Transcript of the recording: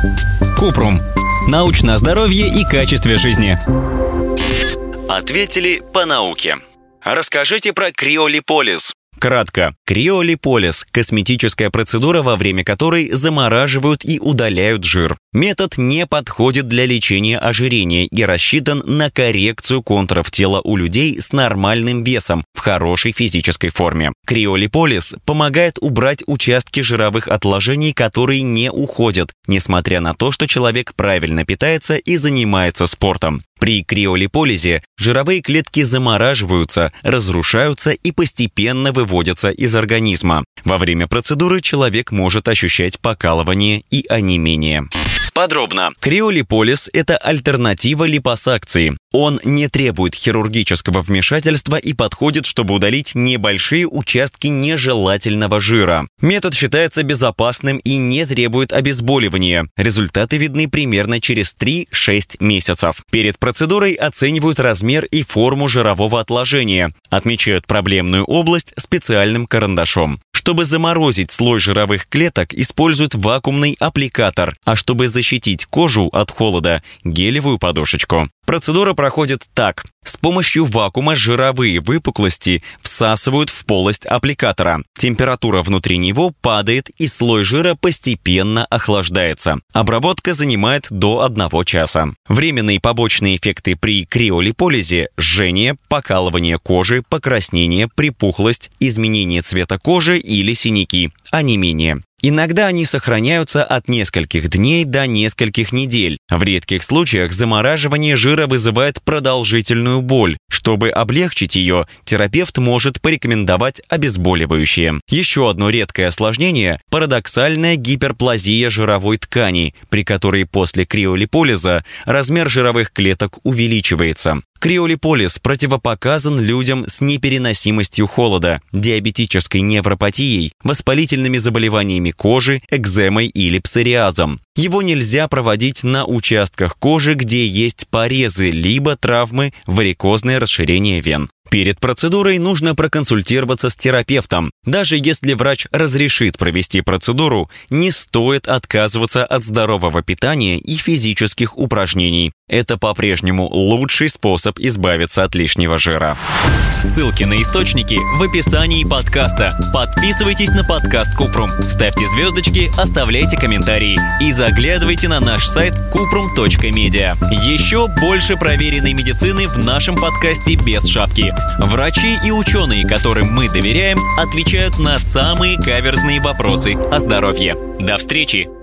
Купрум. Научное здоровье и качестве жизни. Ответили по науке. Расскажите про криолиполиз. Кратко. Криолиполиз – косметическая процедура, во время которой замораживают и удаляют жир. Метод не подходит для лечения ожирения и рассчитан на коррекцию контуров тела у людей с нормальным весом в хорошей физической форме. Криолиполиз помогает убрать участки жировых отложений, которые не уходят, несмотря на то, что человек правильно питается и занимается спортом. При криолиполизе жировые клетки замораживаются, разрушаются и постепенно выводятся из организма. Во время процедуры человек может ощущать покалывание и онемение. Подробно. Криолиполиз – это альтернатива липосакции. Он не требует хирургического вмешательства и подходит, чтобы удалить небольшие участки нежелательного жира. Метод считается безопасным и не требует обезболивания. Результаты видны примерно через 3-6 месяцев. Перед процедурой оценивают размер и форму жирового отложения. Отмечают проблемную область специальным карандашом. Чтобы заморозить слой жировых клеток, используют вакуумный аппликатор, а чтобы защитить кожу от холода – гелевую подушечку. Процедура проходит так. С помощью вакуума жировые выпуклости всасывают в полость аппликатора. Температура внутри него падает, и слой жира постепенно охлаждается. Обработка занимает до 1 часа. Временные побочные эффекты при криолиполизе – жжение, покалывание кожи, покраснение, припухлость, изменение цвета кожи или синяки, онемение. Иногда они сохраняются от нескольких дней до нескольких недель. В редких случаях замораживание жира вызывает продолжительную боль. Чтобы облегчить ее, терапевт может порекомендовать обезболивающее. Еще одно редкое осложнение – парадоксальная гиперплазия жировой ткани, при которой после криолиполиза размер жировых клеток увеличивается. Криолиполиз противопоказан людям с непереносимостью холода, диабетической невропатией, воспалительными заболеваниями кожи, экземой или псориазом. Его нельзя проводить на участках кожи, где есть порезы, либо травмы, варикозное расширение вен. Перед процедурой нужно проконсультироваться с терапевтом. Даже если врач разрешит провести процедуру, не стоит отказываться от здорового питания и физических упражнений. Это по-прежнему лучший способ избавиться от лишнего жира. Ссылки на источники в описании подкаста. Подписывайтесь на подкаст Купрум, ставьте звездочки, оставляйте комментарии и заглядывайте на наш сайт kuprum.media. Еще больше проверенной медицины в нашем подкасте без шапки. Врачи и ученые, которым мы доверяем, отвечают на самые каверзные вопросы о здоровье. До встречи!